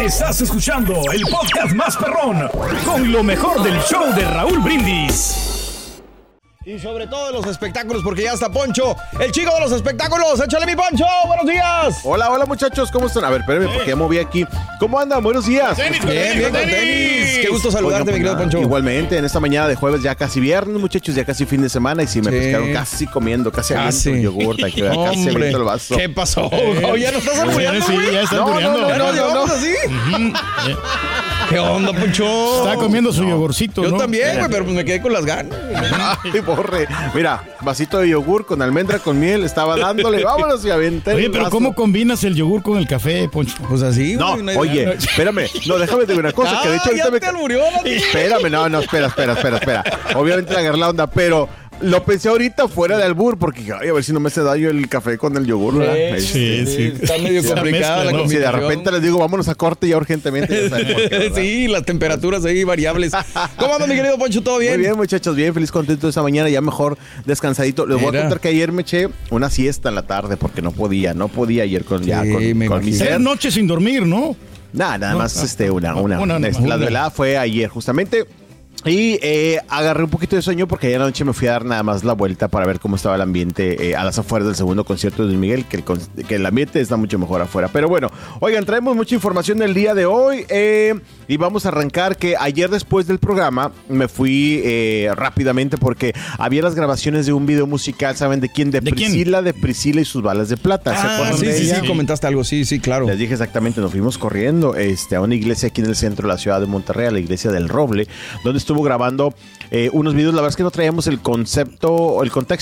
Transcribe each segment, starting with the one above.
Estás escuchando el podcast más perrón con lo mejor del show de Raúl Brindis. Y sobre todo de los espectáculos, porque ya está Poncho, el chico de los espectáculos. ¡Échale, mi Poncho! ¡Buenos días! Hola, muchachos, ¿cómo están? A ver, espérenme, porque ya moví aquí. ¿Cómo andan? Buenos días. Bien, con tenis. Qué gusto saludarte, mi querido Poncho. Igualmente, en esta mañana de jueves, ya casi viernes, muchachos, ya casi fin de semana. Y si me pescaron casi comiendo, casi abriendo el yogur. Casi abriendo el vaso. ¿Qué pasó? ¿Ya no estás albureando, Sí, ya está albureando. ¿No? ¿Así? ¿Qué onda, Poncho? Está comiendo su yogurcito, Yo ¿no? también, güey, pero pues me quedé con las ganas. Ay, borre. Mira, vasito de yogur con almendra, con miel. Estaba dándole, vámonos y aventé. Oye, pero ¿cómo combinas el yogur con el café, Poncho? Pues así, No, güey. oye, espérame. No, déjame decir una cosa. Que de hecho ahorita ya te alburió, ¿no? Espérame, no, espera. Obviamente le agarré la onda, pero lo pensé ahorita fuera de albur, porque ay, a ver si no me hace daño el café con el yogur, ¿verdad? Sí. Está medio complicada la mezcla, ¿no? Si de combinación. repente les digo, vámonos a corte ya urgentemente. Ya saben por qué, ¿verdad? Sí, las temperaturas ahí variables. ¿Cómo anda, mi querido Poncho? ¿Todo bien? Muy bien, muchachos, bien, feliz, contento esta mañana, ya mejor descansadito. Les voy a contar que ayer me eché una siesta en la tarde porque no podía ayer con mi 3 ser. noches sin dormir, ¿no? Nada más una. nomás. La velada fue ayer justamente. Y agarré un poquito de sueño porque ayer anoche me fui a dar nada más la vuelta para ver cómo estaba el ambiente a las afueras del segundo concierto de Luis Miguel, que el ambiente está mucho mejor afuera. Pero bueno, oigan, traemos mucha información el día de hoy y vamos a arrancar que ayer después del programa me fui rápidamente porque había las grabaciones de un video musical, ¿saben de quién? De Priscila y sus balas de plata. ¿Se acuerdan de ella? Sí, comentaste algo, sí, claro. Les dije exactamente, nos fuimos corriendo a una iglesia aquí en el centro de la ciudad de Monterrey, a la iglesia del Roble, donde estuvo grabando unos videos. La verdad es que no traíamos el contexto,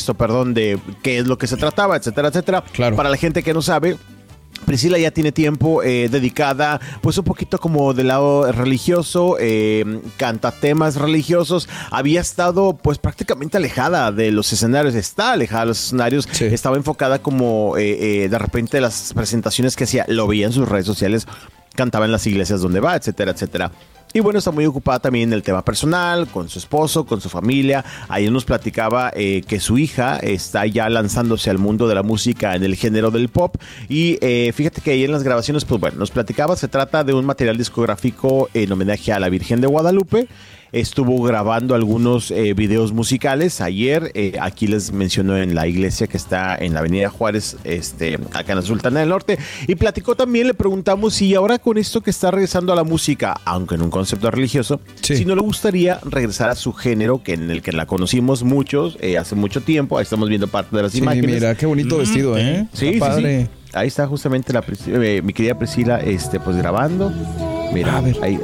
de qué es lo que se trataba, etcétera. Claro. Para la gente que no sabe, Priscila ya tiene tiempo dedicada pues un poquito como del lado religioso, canta temas religiosos, había estado pues prácticamente alejada de los escenarios, está alejada de los escenarios, sí. Estaba enfocada como de repente las presentaciones que hacía, lo veía en sus redes sociales, cantaba en las iglesias donde va, etcétera. Y bueno, está muy ocupada también en el tema personal, con su esposo, con su familia. Ayer nos platicaba que su hija está ya lanzándose al mundo de la música en el género del pop. Y fíjate que ahí en las grabaciones, pues bueno, nos platicaba, se trata de un material discográfico en homenaje a la Virgen de Guadalupe. Estuvo grabando algunos videos musicales. Ayer, aquí les mencionó en la iglesia que está en la Avenida Juárez, acá en la Sultana del Norte. Y platicó también, le preguntamos si ahora con esto que está regresando a la música, aunque en un concepto religioso, si no le gustaría regresar a su género, que en el que la conocimos muchos, hace mucho tiempo. Ahí estamos viendo parte de las imágenes. Mira, qué bonito vestido, ¿eh? Sí, está padre. Sí. Ahí está justamente mi querida Priscila, pues grabando. Mira, a ver. Ahí.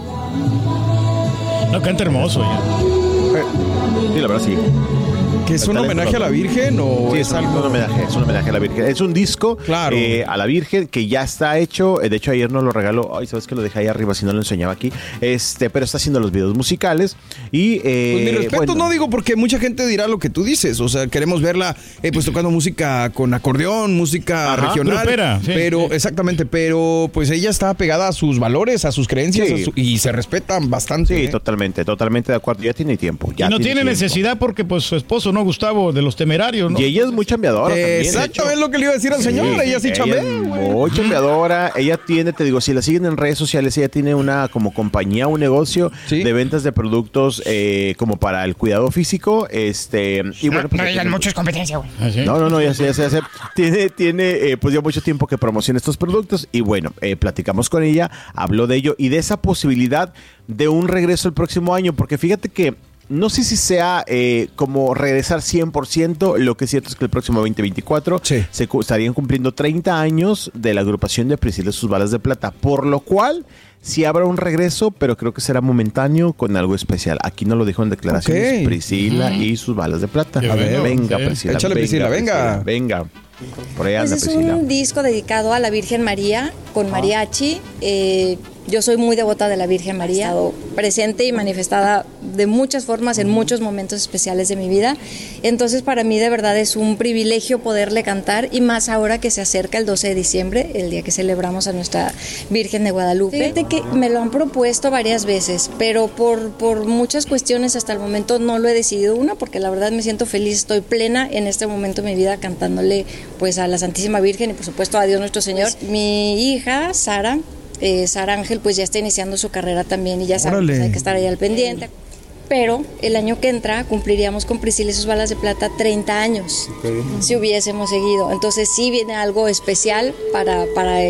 No, canta hermoso ya. Sí, la verdad sí. ¿Que es un homenaje a la Virgen o sí, es algo? Es un homenaje a la Virgen. Es un disco claro. A la Virgen que ya está hecho. De hecho, ayer nos lo regaló. Ay, sabes que lo dejé ahí arriba si no lo enseñaba aquí. Pero está haciendo los videos musicales. Y pues mi respeto, no digo porque mucha gente dirá lo que tú dices. O sea, queremos verla pues tocando música con acordeón, música regional. Grupera, sí, pero, sí. Exactamente, pero pues ella está pegada a sus valores, a sus creencias, sí. y se respetan bastante. Sí, totalmente de acuerdo. Ya tiene tiempo. Y no tiene necesidad porque pues su esposo, ¿no? Gustavo, de los Temerarios, ¿no? Y ella es muy chambeadora también. Exactamente lo que le iba a decir al señor. Ella sí chambea, muy chambeadora. Ella tiene, te digo, si la siguen en redes sociales, ella tiene una como compañía, un negocio de ventas de productos como para el cuidado físico. Y bueno, pues, no digan mucho es competencia, güey. ¿Ah, sí? No, ya sé. Tiene pues ya mucho tiempo que promociona estos productos. Y bueno, platicamos con ella, habló de ello y de esa posibilidad de un regreso el próximo año, porque fíjate que no sé si sea como regresar 100%, lo que es cierto es que el próximo 2024 se estarían cumpliendo 30 años de la agrupación de Priscila y sus balas de plata, por lo cual sí habrá un regreso, pero creo que será momentáneo con algo especial. Aquí no lo dijo en declaraciones, Priscila y sus balas de plata. A ver, venga, Priscila. Échale, Priscila, venga. Venga. Por ahí anda, Pues es Priscila. un disco dedicado a la Virgen María, con mariachi. Yo soy muy devota de la Virgen María, he estado presente y manifestada de muchas formas en muchos momentos especiales de mi vida. Entonces para mí de verdad es un privilegio poderle cantar, y más ahora que se acerca el 12 de diciembre, el día que celebramos a nuestra Virgen de Guadalupe. Fíjate que me lo han propuesto varias veces, pero por muchas cuestiones hasta el momento no lo he decidido. Una, porque la verdad me siento feliz, estoy plena en este momento de mi vida cantándole pues a la Santísima Virgen y por supuesto a Dios nuestro Señor. Mi hija, Sara, Sara Ángel pues ya está iniciando su carrera también y ya saben, Órale. pues, hay que estar ahí al pendiente. Pero el año que entra cumpliríamos con Priscila y sus balas de plata 30 años, si hubiésemos seguido. Entonces sí viene algo especial para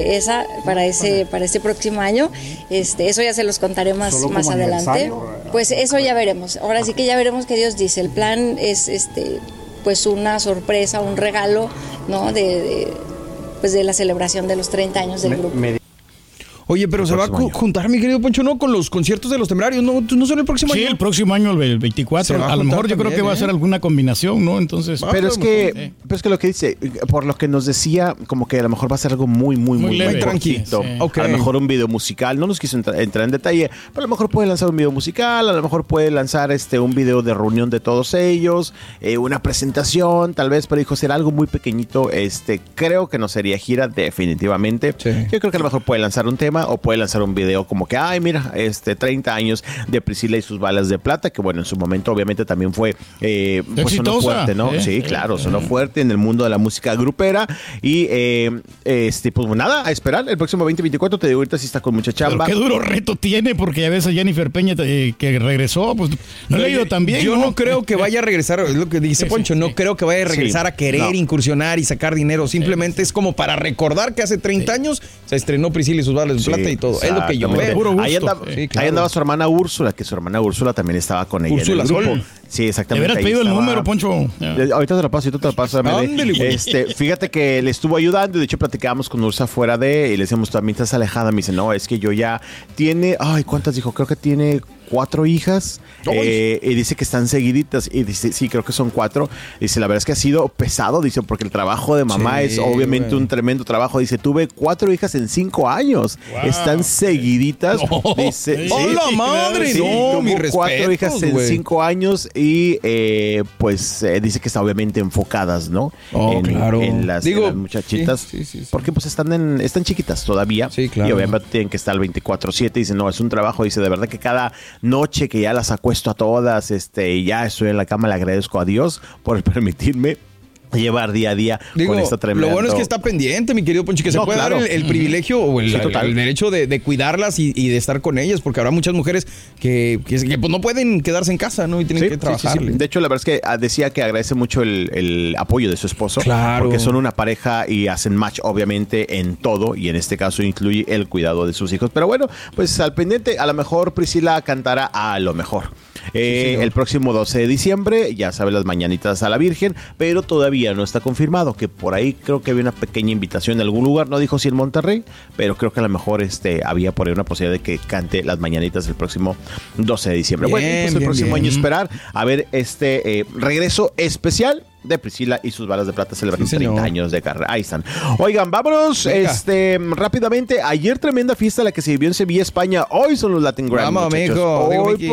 este próximo año. Eso ya se los contaré más adelante. Pues eso ya veremos. Ahora sí que ya veremos qué Dios dice. El plan es pues una sorpresa, un regalo, ¿no? de la celebración de los 30 años del grupo. Oye, pero se va a juntar, mi querido Poncho, ¿no? Con los conciertos de los Temerarios, ¿no? ¿No son el próximo año? Sí, el próximo año, el 24. A lo mejor yo creo que va a ser alguna combinación, ¿no? Entonces. Pero es que lo que dice, por lo que nos decía, como que a lo mejor va a ser algo muy leve, tranquilo. sí. Okay. A lo mejor un video musical, no nos quiso entrar en detalle, pero a lo mejor puede lanzar un video musical, a lo mejor puede lanzar un video de reunión de todos ellos, una presentación, tal vez, pero dijo, será algo muy pequeñito. Creo que no sería gira, definitivamente. Sí. Yo creo que a lo mejor puede lanzar un tema o puede lanzar un video como que, ay, mira, 30 años de Priscila y sus balas de plata, que bueno, en su momento obviamente también fue pues sonó fuerte, ¿no? Sí, claro, sonó fuerte en el mundo de la música grupera y pues nada, a esperar el próximo 2024, te digo, ahorita sí está con mucha chamba. Pero qué duro reto tiene, porque a veces Jennifer Peña que regresó, pues no le ha ido tan bien. Yo no creo que vaya a regresar, es lo que dice Poncho, no creo que vaya a regresar a querer incursionar y sacar dinero, simplemente es como para recordar que hace 30 años se estrenó Priscila y sus balas de plata y todo. Es lo que yo veo. Puro gusto. Ahí andaba su hermana Úrsula, que su hermana Úrsula también estaba con ella. Úrsula en el grupo. Sol. Sí, ¿Te exactamente. hubieras pedido el número, Poncho? Ahorita te lo paso, Ándale, fíjate que le estuvo ayudando. De hecho, platicábamos con Úrsula fuera y le decíamos, también estás alejada. Me dice, no, es que yo ya tiene, ¿cuántas dijo? Creo que tiene 4 hijas. Y dice que están seguiditas. Y dice, sí, creo que son 4. Dice, la verdad es que ha sido pesado. Dice, porque el trabajo de mamá es obviamente un tremendo trabajo. Dice, tuve 4 hijas en 5 años. Wow. Están seguiditas. No. Dice, ¡hola, madre! Sí, no, mi respeto. 4 hijas en 5 años. Y dice que están obviamente enfocadas, ¿no? Claro. En las muchachitas. Sí. Porque pues están chiquitas todavía. Sí, claro. Y obviamente tienen que estar al 24/7. Dice, no, es un trabajo. Dice, de verdad que cada noche que ya las acuesto a todas, y ya estoy en la cama, le agradezco a Dios por permitirme llevar día a día con esta tremenda. Lo bueno es que está pendiente, mi querido Ponchi, que se puede dar el privilegio o el derecho de cuidarlas y de estar con ellas, porque habrá muchas mujeres que pues no pueden quedarse en casa, ¿no? Y tienen que trabajar. Sí. De hecho, la verdad es que decía que agradece mucho el apoyo de su esposo. Claro. Porque son una pareja y hacen match, obviamente, en todo. Y en este caso incluye el cuidado de sus hijos. Pero bueno, pues al pendiente, a lo mejor Priscila cantará a lo mejor. El próximo 12 de diciembre, ya sabe, las mañanitas a la Virgen, pero todavía no está confirmado, que por ahí creo que había una pequeña invitación en algún lugar, no dijo si en Monterrey, pero creo que a lo mejor había por ahí una posibilidad de que cante las mañanitas el próximo 12 de diciembre. Bueno, pues el próximo año esperar a ver regreso especial de Priscila y sus balas de plata celebrando 30 años de carrera. Ahí están. Oigan, vámonos rápidamente. Ayer tremenda fiesta la que se vivió en Sevilla, España. Hoy son los Latin Grammy, vamos, amigo.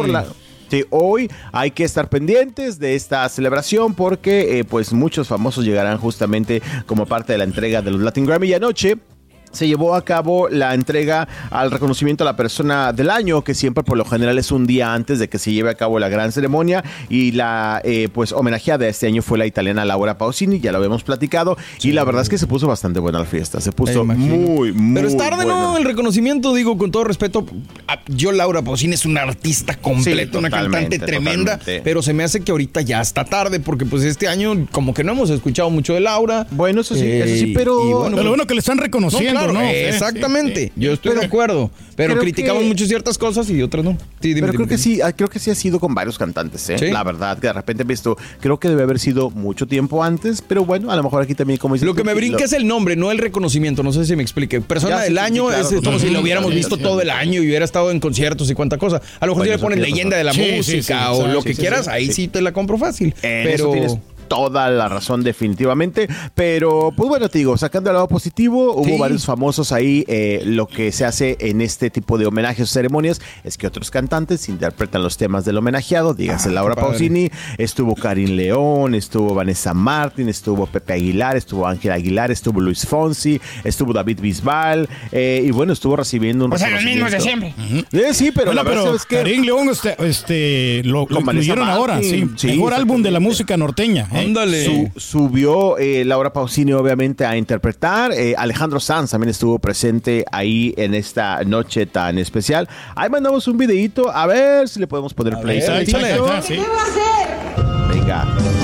Hoy hay que estar pendientes de esta celebración porque pues muchos famosos llegarán justamente como parte de la entrega de los Latin Grammy. Y anoche se llevó a cabo la entrega al reconocimiento a la persona del año, que siempre por lo general es un día antes de que se lleve a cabo la gran ceremonia, y la pues homenajeada de este año fue la italiana Laura Pausini, ya lo habíamos platicado, y la verdad es que se puso bastante buena la fiesta, se puso muy pero es tarde, buena. ¿No? El reconocimiento, digo, con todo respeto, Laura Pausini es una artista completa, una cantante tremenda, pero se me hace que ahorita ya está tarde, porque pues este año como que no hemos escuchado mucho de Laura. Bueno, eso sí, pero... Bueno, lo bueno que le están reconociendo. Claro, exactamente. Yo estoy de acuerdo. Pero criticamos mucho ciertas cosas y otras no. Sí, dime, creo que sí ha sido con varios cantantes, ¿Sí? La verdad, que de repente he visto, creo que debe haber sido mucho tiempo antes, pero bueno, a lo mejor aquí también, como dices. Lo que me brinca es el nombre, no el reconocimiento. No sé si me explique. Persona del año es como si lo hubiéramos visto todo el año y hubiera estado en conciertos y cuánta cosa. A lo mejor si le ponen leyenda de la música o lo que quieras, ahí sí te la compro fácil. Pero tienes toda la razón, definitivamente, pero pues bueno, te digo, sacando el lado positivo, hubo varios famosos ahí. Lo que se hace en este tipo de homenajes o ceremonias es que otros cantantes interpretan los temas del homenajeado, dígase Laura Pausini, estuvo Karin León, estuvo Vanessa Martín, estuvo Pepe Aguilar, estuvo Ángel Aguilar, estuvo Luis Fonsi, estuvo David Bisbal, y bueno, estuvo recibiendo un reconocimiento. Los mismos de siempre. Sí, pero la verdad es que Karin León lo incluyeron ahora, mejor álbum de la música norteña. Ándale. Subió Laura Pausini, obviamente, a interpretar. Alejandro Sanz también estuvo presente ahí en esta noche tan especial. Ahí mandamos un videíto, a ver si le podemos poner play. ¿Qué va a hacer? Venga.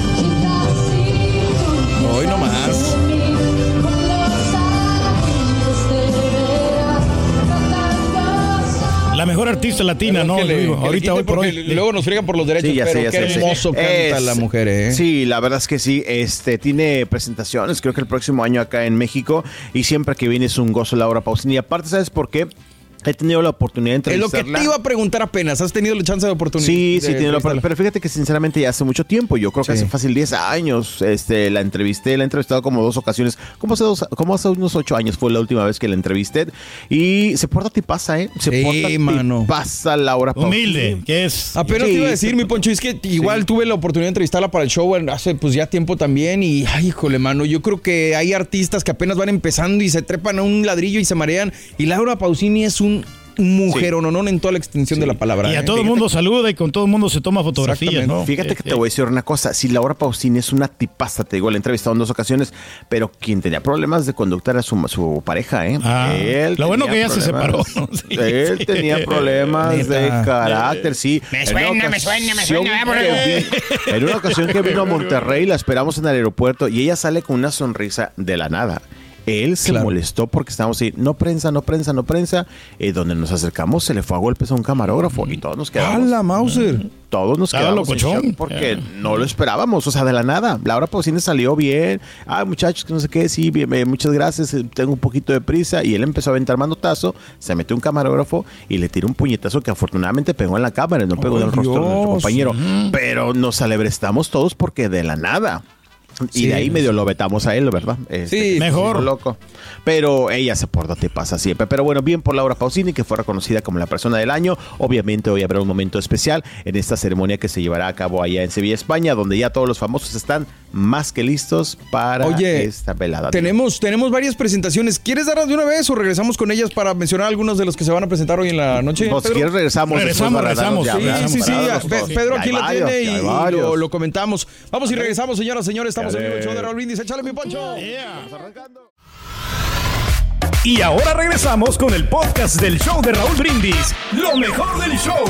Hoy nomás. La mejor artista latina, ¿no? Ahorita, hoy por hoy. Luego nos friegan por los derechos, pero qué hermoso canta la mujer, ¿eh? Sí, la verdad es que sí. Tiene presentaciones, creo que el próximo año acá en México. Y siempre que viene es un gozo Laura Pausini. Y aparte, ¿sabes por qué? He tenido la oportunidad de entrevistarla. Es lo que te iba a preguntar apenas. ¿Has tenido la chance de oportunidad? Sí, he tenido la oportunidad. Pero fíjate que sinceramente ya hace mucho tiempo. Yo creo que hace fácil 10 años la entrevisté. La he entrevistado como 2 ocasiones. Como hace unos 8 años fue la última vez que la entrevisté. Y se porta tipaza, ¿eh? Tipaza Laura Pausini. Humilde, ¿qué es? Apenas te iba a decir, mi Poncho, es que igual tuve la oportunidad de entrevistarla para el show hace pues ya tiempo también. Y, ay, híjole, mano, yo creo que hay artistas que apenas van empezando y se trepan a un ladrillo y se marean. Y Laura Pausini es un mujer no en toda la extensión de la palabra. Y a todo el mundo saluda y con todo el mundo se toma fotografías, ¿no? Fíjate que te voy a decir una cosa. Si Laura Pausini es una tipaza, te digo, la he entrevistado en 2 ocasiones, pero quien tenía problemas de conducta era su pareja, ¿eh? Lo bueno que ella se separó, ¿no? Sí, él tenía problemas de carácter, sí. Me suena. En una ocasión que vino a Monterrey, la esperamos en el aeropuerto y ella sale con una sonrisa de la nada. Él se molestó porque estábamos ahí, no prensa. Donde nos acercamos se le fue a golpes a un camarógrafo y todos nos quedamos. ¡Hala, Mauser! Todos nos quedamos en shock porque no lo esperábamos, o sea, de la nada. Laura Pausini salió bien. Muchachos, que no sé qué, sí, bien, muchas gracias, tengo un poquito de prisa. Y él empezó a aventar manotazo, se metió un camarógrafo y le tiró un puñetazo que afortunadamente pegó en la cámara, no pegó en el rostro de nuestro compañero. Pero nos alebrestamos todos porque de la nada. Y de ahí medio lo vetamos a él, ¿verdad? Sí, mejor. Loco. Pero ella se porta, te pasa siempre. Pero bueno, bien por Laura Pausini, que fue reconocida como la persona del año. Obviamente hoy habrá un momento especial en esta ceremonia que se llevará a cabo allá en Sevilla, España, donde ya todos los famosos están más que listos para esta velada. Tenemos varias presentaciones. ¿Quieres darlas de una vez o regresamos con ellas para mencionar algunos de los que se van a presentar hoy en la noche? Pues si quieres regresamos. Sí. Pedro aquí la tiene y lo comentamos. Vamos y regresamos, señoras y señores. Estamos en el show de Raúl Brindis. Échale, mi Poncho. Y ahora regresamos con el podcast del show de Raúl Brindis. Lo mejor del show.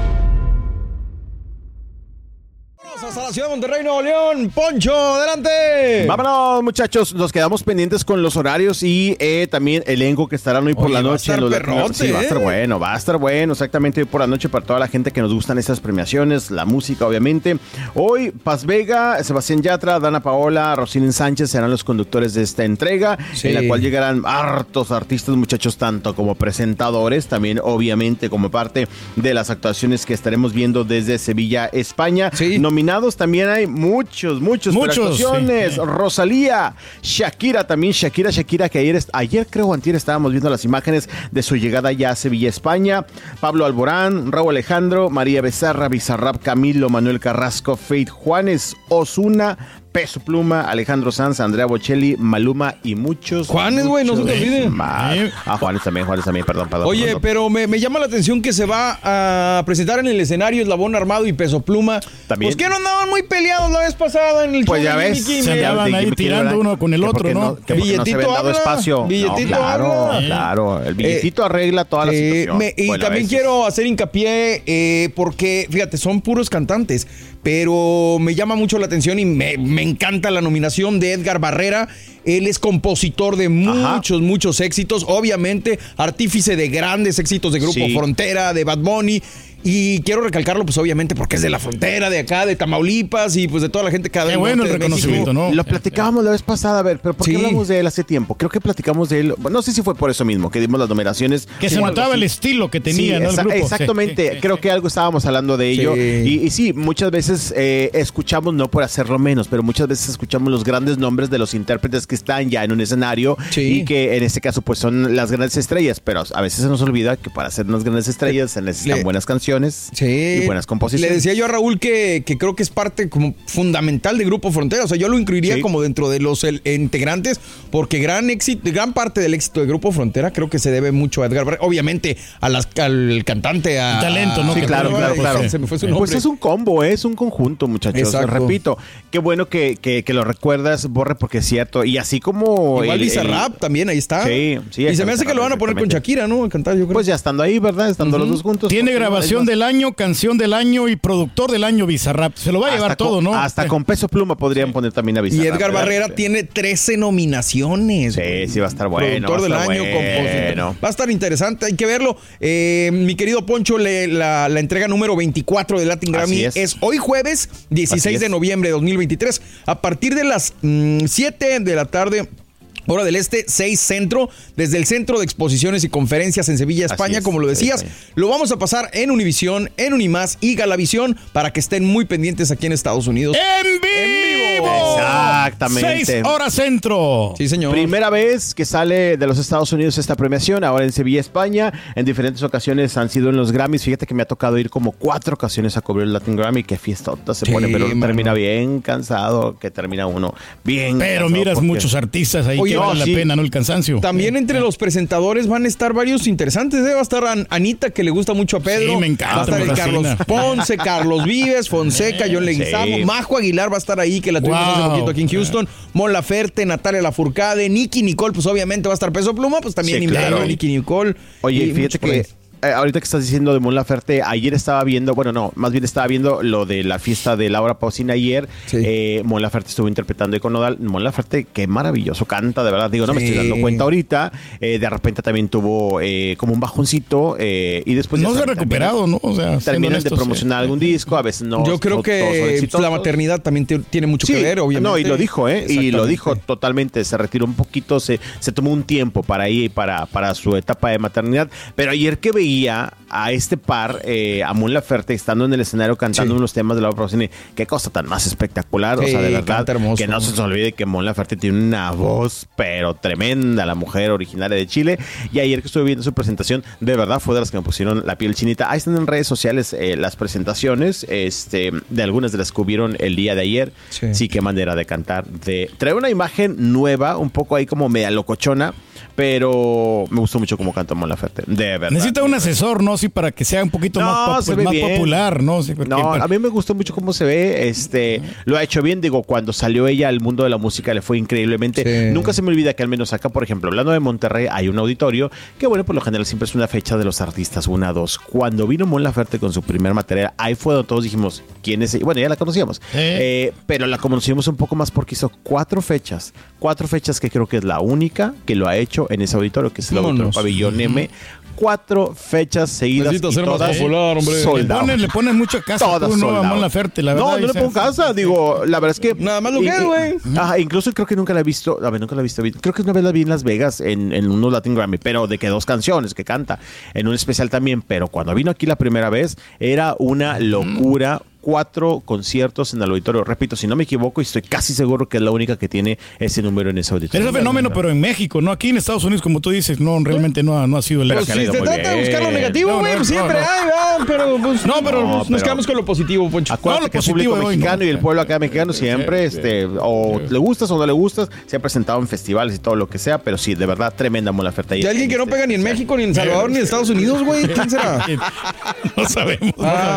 Hasta la ciudad de Monterrey, Nuevo León. Poncho, adelante. Vámonos, muchachos. Nos quedamos pendientes con los horarios y también el elenco que estarán hoy por la noche. Va a estar bueno, exactamente hoy por la noche para toda la gente que nos gustan estas premiaciones, la música, obviamente. Hoy, Paz Vega, Sebastián Yatra, Dana Paola, Rosilín Sánchez serán los conductores de esta entrega, en la cual llegarán hartos artistas, muchachos, tanto como presentadores, también obviamente como parte de las actuaciones que estaremos viendo desde Sevilla, España. Nominados también hay muchos actuaciones. Sí. Rosalía, Shakira también, Shakira que ayer creo antier estábamos viendo las imágenes de su llegada ya a Sevilla, España. Pablo Alborán, Raúl Alejandro, María Becerra, Bizarrap, Camilo, Manuel Carrasco, Faith Juanes, Ozuna, Peso Pluma, Alejandro Sanz, Andrea Bocelli, Maluma y muchos. Juanes, güey, no se te olvide. Juanes también, perdón. Oye, pero me llama la atención que se va a presentar en el escenario Eslabón Armado y Peso Pluma. También. Pues que no andaban muy peleados la vez pasada en el show. Pues ya ves, se andaban ahí tirando uno con el otro, ¿no? Que billetito no habla, espacio. Billetito claro. El billetito arregla toda la situación. Y también quiero hacer hincapié porque, fíjate, son puros cantantes, pero me llama mucho la atención y me encanta la nominación de Edgar Barrera. Él es compositor de muchos éxitos, obviamente artífice de grandes éxitos de Grupo Frontera, de Bad Bunny. Y quiero recalcarlo, pues obviamente, porque es de la frontera, de acá, de Tamaulipas y pues de toda la gente cada vez. Qué bueno el reconocimiento, ¿no? Lo platicábamos la vez pasada, a ver, pero ¿por qué hablamos de él hace tiempo? Creo que platicamos de él, no sé si fue por eso mismo, que dimos las numeraciones. Que se notaba el estilo que tenía, ¿no? El grupo. Exactamente, creo que algo estábamos hablando de ello. Y sí, muchas veces escuchamos, no por hacerlo menos, pero muchas veces escuchamos los grandes nombres de los intérpretes que están ya en un escenario y que en este caso pues son las grandes estrellas, pero a veces se nos olvida que para ser unas grandes estrellas se necesitan buenas canciones y buenas composiciones. Le decía yo a Raúl que creo que es parte como fundamental de Grupo Frontera, o sea, yo lo incluiría como dentro de los integrantes, porque gran parte del éxito de Grupo Frontera creo que se debe mucho a Edgar Barrera, obviamente al cantante, talento, ¿no? Sí, claro. Se me fue su nombre. Pues es un combo, es un conjunto, muchachos. Exacto. Repito, qué bueno que lo recuerdas, Borre, porque es cierto. Y así como... Igual Bizarrap también, ahí está. Sí. Y se me hace que lo van a poner con Shakira, ¿no? A cantar, yo creo. Pues ya estando ahí, ¿verdad? Estando los dos juntos. Tiene grabación del año, canción del año y productor del año Bizarrap. Se lo va a llevar todo, ¿no? Hasta con Peso Pluma podrían poner también a Bizarrap. Y Edgar Barrera tiene 13 nominaciones. Sí, va a estar bueno. Productor del año, compositor. Va a estar interesante, hay que verlo. Mi querido Poncho, la entrega número 24 de Latin Grammy es hoy jueves 16 de noviembre de 2023 a partir de las 7 de la tarde. Hora del Este, 6 Centro, desde el Centro de Exposiciones y Conferencias en Sevilla, España, como lo decías. Lo vamos a pasar en Univisión, en Unimás y Galavisión para que estén muy pendientes aquí en Estados Unidos. ¡En vivo! Exactamente. 6 horas Centro. Sí, señor. Primera vez que sale de los Estados Unidos esta premiación, ahora en Sevilla, España. En diferentes ocasiones han sido en los Grammys. Fíjate que me ha tocado ir como 4 ocasiones a cubrir el Latin Grammy. Qué fiestota se pone, pero termina bien cansado, que termina uno bien Pero cansado miras muchos artistas ahí. Oye, que vale la pena, ¿no? El cansancio. También entre los presentadores van a estar varios interesantes, ¿eh? Va a estar Anita, que le gusta mucho a Pedro. Sí, me encanta. Va a estar el Carlos Ponce, Carlos Vives, Fonseca, John Leguizamo, Majo Aguilar va a estar ahí, que la tuvimos hace poquito aquí en Houston. Mon Laferte, Natalia Lafourcade, Nicky Nicole, pues obviamente va a estar Peso Pluma, pues también invitaron a Nicky Nicole. Oye, fíjate que ahorita que estás diciendo de Mon Laferte, ayer estaba viendo, más bien estaba viendo lo de la fiesta de Laura Pausini ayer. Mon Laferte estuvo interpretando ahí con Nodal. Mon Laferte, qué maravilloso canta, de verdad. Digo, no me estoy dando cuenta ahorita. De repente también tuvo como un bajoncito y después... No se ha recuperado, ¿no? O sea, terminan de promocionar algún disco, a veces no. Yo creo que la maternidad también tiene mucho que ver, obviamente. No, y lo dijo, y lo dijo totalmente. Se retiró un poquito, se tomó un tiempo para ir para su etapa de maternidad. Pero ayer que veía a este par, a Mon Laferte, estando en el escenario cantando unos temas de Laura Pausini, qué cosa tan más espectacular. O sea, de verdad, que no se olvide que Mon Laferte tiene una voz, pero tremenda, la mujer originaria de Chile. Y ayer que estuve viendo su presentación, de verdad fue de las que me pusieron la piel chinita. Ahí están en redes sociales las presentaciones, de algunas de las que hubieron el día de ayer. Sí, qué manera de cantar. Trae una imagen nueva, un poco ahí como media locochona, pero me gustó mucho cómo canta Mon Laferte, de verdad. Necesita un asesor, ¿no? Sí, para que sea un poquito más popular, ¿no? Sí, porque, a mí me gustó mucho cómo se ve, lo ha hecho bien, digo, cuando salió ella al mundo de la música le fue increíblemente. Nunca se me olvida que al menos acá, por ejemplo, hablando de Monterrey, hay un auditorio que, bueno, por lo general siempre es una fecha de los artistas, 1, 2. Cuando vino Mon Laferte con su primer material, ahí fue donde todos dijimos, ¿quién es? Bueno, ya la conocíamos, pero la conocimos un poco más porque hizo 4 fechas que creo que es la única que lo ha hecho en ese auditorio, que es el Auditorio Pabellón M. 4 fechas seguidas y ser todas más popular, hombre. Le ponen mucho casa tú, ¿no? A Mon Laferte, la verdad. No le pongo casa, digo, la verdad es que... Nada más lo que, güey. Incluso creo que nunca la he visto, creo que una vez la vi en Las Vegas en unos Latin Grammy, pero de que 2 canciones que canta, en un especial también, pero cuando vino aquí la primera vez, era una locura. 4 conciertos en el auditorio. Repito, si no me equivoco, y estoy casi seguro que es la única que tiene ese número en ese auditorio. Es un fenómeno, pero en México, ¿no? Aquí en Estados Unidos, como tú dices, no, realmente no ha sido el... Pero si se trata de buscar lo negativo, güey, siempre hay, pero pues... No, nos quedamos con lo positivo, Poncho. Acuérdate que el público mexicano y el pueblo acá mexicano siempre, o le gustas o no le gustas, se ha presentado en festivales y todo lo que sea, pero sí, de verdad, tremenda Mon Laferte. ¿Y alguien que no pega ni en México, ni en Salvador, ni en Estados Unidos, güey? ¿Quién será? No sabemos.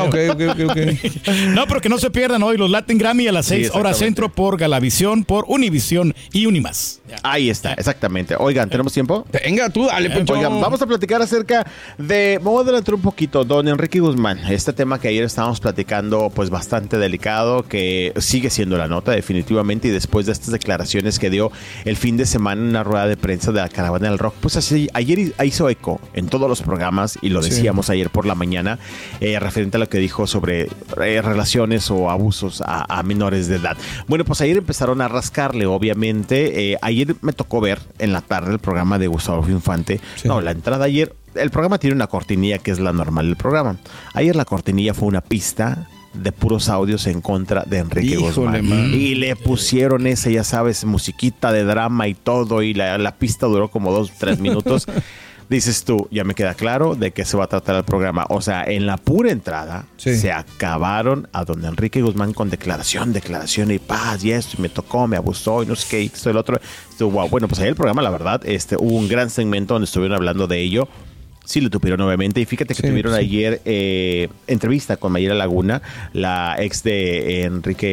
Ok. No, pero que no se pierdan hoy los Latin Grammy a las 6 horas Centro por Galavisión, por Univisión y Unimás. Ahí está, exactamente. Oigan, ¿tenemos tiempo? Venga, tú, dale, Poncho. Oigan, vamos a platicar acerca de... Me voy a adelantar un poquito, don Enrique Guzmán. Este tema que ayer estábamos platicando, pues bastante delicado, que sigue siendo la nota definitivamente, y después de estas declaraciones que dio el fin de semana en una rueda de prensa de la Caravana del Rock, pues así, ayer hizo eco en todos los programas, y lo decíamos ayer por la mañana, referente a lo que dijo sobre relaciones o abusos a menores de edad. Bueno, pues ayer empezaron a rascarle, obviamente. Ayer me tocó ver en la tarde el programa de Gustavo Infante. No, la entrada ayer, el programa tiene una cortinilla que es la normal del programa. Ayer la cortinilla fue una pista de puros audios en contra de Enrique Guzmán. Man. Y le pusieron esa, ya sabes, musiquita de drama y todo, y la pista duró como 2-3 minutos. Dices tú, ya me queda claro de qué se va a tratar el programa. O sea, en la pura entrada se acabaron a don Enrique Guzmán con declaración y paz, y esto, y me tocó, me abusó, y no sé qué, y esto y el otro. Wow. Bueno, pues ahí el programa, la verdad, hubo un gran segmento donde estuvieron hablando de ello. Sí, lo tuvieron obviamente, y fíjate que tuvieron ayer entrevista con Mayela Laguna, la ex de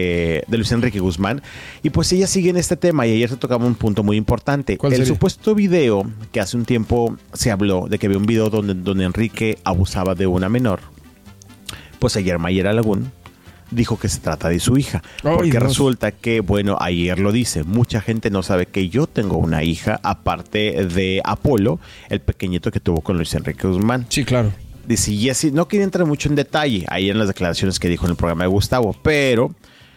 Luis Enrique Guzmán, y pues ella sigue en este tema, y ayer se tocaba un punto muy importante. El supuesto video que hace un tiempo se habló de que había un video donde Enrique abusaba de una menor. Pues ayer Mayela Laguna dijo que se trata de su hija. Porque resulta que, bueno, ayer lo dice, mucha gente no sabe que yo tengo una hija, aparte de Apolo, el pequeñito que tuvo con Luis Enrique Guzmán. Sí, claro. Dice, y así, no quería entrar mucho en detalle ahí en las declaraciones que dijo en el programa de Gustavo, pero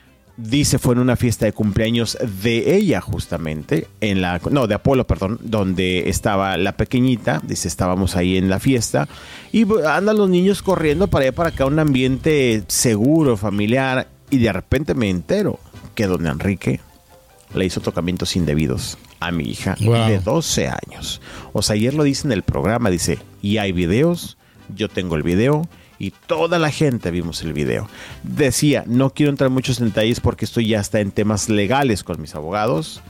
dice fue en una fiesta de cumpleaños de ella justamente, de Apolo, perdón, donde estaba la pequeñita. Dice, estábamos ahí en la fiesta y andan los niños corriendo para allá para acá, un ambiente seguro, familiar, y de repente me entero que don Enrique le hizo tocamientos indebidos a mi hija de 12 años. O sea, ayer lo dice en el programa, dice, y hay videos, yo tengo el video, y toda la gente vimos el video. Decía, no quiero entrar muchos en detalles porque esto ya está en temas legales con mis abogados.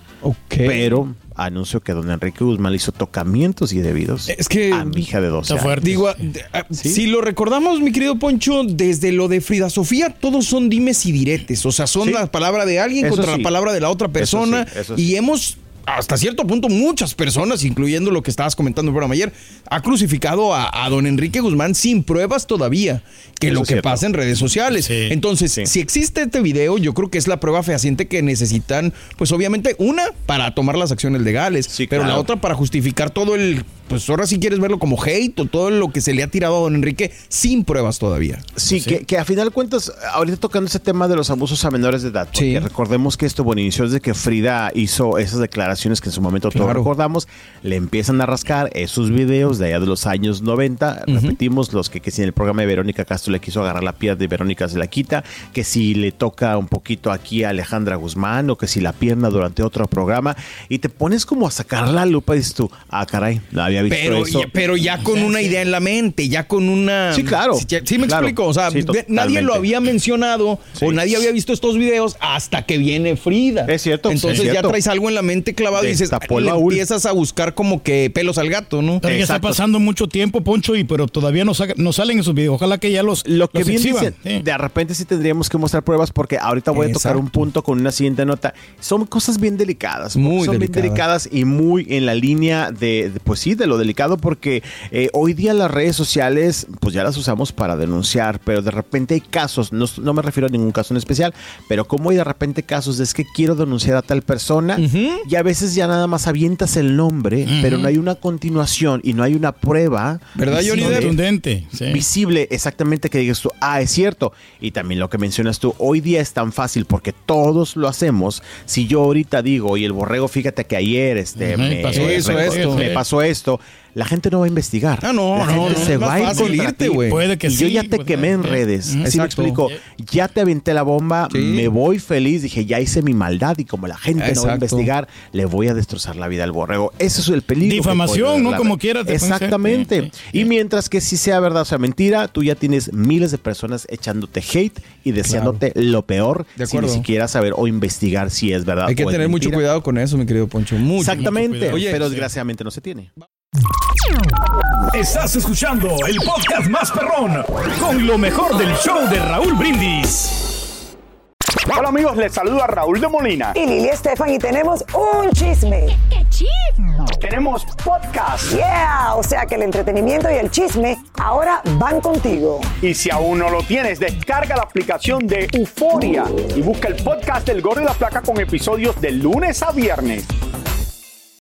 Pero anuncio que don Enrique Guzmán le hizo tocamientos indebidos a mi hija de 12 años. Digo, si lo recordamos, mi querido Poncho, desde lo de Frida Sofía, todos son dimes y diretes. O sea, son la palabra de alguien contra la palabra de la otra persona. Eso sí. Y hemos, hasta cierto punto, muchas personas, incluyendo lo que estabas comentando en el programa ayer, ha crucificado a don Enrique Guzmán sin pruebas todavía que lo que pasa en redes sociales. Sí. Entonces, si existe este video, yo creo que es la prueba fehaciente que necesitan, pues obviamente, una, para tomar las acciones legales, pero la otra para justificar todo el, pues ahora sí quieres verlo como hate o todo lo que se le ha tirado a don Enrique sin pruebas todavía. Sí, que a final de cuentas, ahorita tocando ese tema de los abusos a menores de edad, porque recordemos que esto, inició desde que Frida hizo esas declaraciones que en su momento todos recordamos, le empiezan a rascar esos videos de allá de los años 90, repetimos, los que si en el programa de Verónica Castro le quiso agarrar la pierna de Verónica se la quita, que si le toca un poquito aquí a Alejandra Guzmán, o que si la pierna durante otro programa, y te pones como a sacar la lupa y dices tú, caray, no había visto eso. Pero ya con una idea en la mente, ya con una... Sí, claro. Sí me explico, o sea, nadie lo había mencionado o nadie había visto estos videos hasta que viene Frida. Es cierto. Entonces ya traes algo en la mente clavado y dices, empiezas a buscar como que pelos al gato, ¿no? Pero ya está pasando mucho tiempo, Poncho, pero todavía no salen esos videos. Ojalá que ya los Lo que bien dicen, de repente sí tendríamos que mostrar pruebas, porque ahorita voy a tocar un punto con una siguiente nota. Son cosas bien delicadas. Bien delicadas y muy en la línea de lo delicado, porque hoy día las redes sociales pues ya las usamos para denunciar, pero de repente hay casos, no me refiero a ningún caso en especial, pero como hay de repente casos de es que quiero denunciar a tal persona y a veces ya nada más avientas el nombre, pero no hay una continuación y no hay una prueba, ¿verdad, Johnny? Contundente, visible, exactamente, que digas tú, es cierto. Y también lo que mencionas tú, hoy día es tan fácil porque todos lo hacemos. Si yo ahorita digo, y el borrego, fíjate que ayer me pasó esto, la gente no va a investigar. La gente se va a ir contra ti. Puede que yo ya te quemé en redes. ¿Sí me explico? Ya te aventé la bomba, me voy feliz, dije, ya hice mi maldad, y como la gente no va a investigar, le voy a destrozar la vida al borrego. Ese es el peligro. Difamación, ¿no? Como quieras. Exactamente. Y mientras que si sea verdad o sea mentira, tú ya tienes miles de personas echándote hate y deseándote lo peor, sin ni siquiera saber o investigar si es verdad o es mentira. Hay que tener mucho cuidado con eso, mi querido Poncho. Exactamente. Mucho pero desgraciadamente no se tiene. Estás escuchando el podcast más perrón con lo mejor del show de Raúl Brindis. Hola amigos, les saluda Raúl de Molina y Lili Estefan, y tenemos un chisme. ¡Qué chisme! Tenemos podcast. Yeah, o sea que el entretenimiento y el chisme ahora van contigo. Y si aún no lo tienes, descarga la aplicación de Euforia y busca el podcast del Gordo y la Flaca con episodios de lunes a viernes.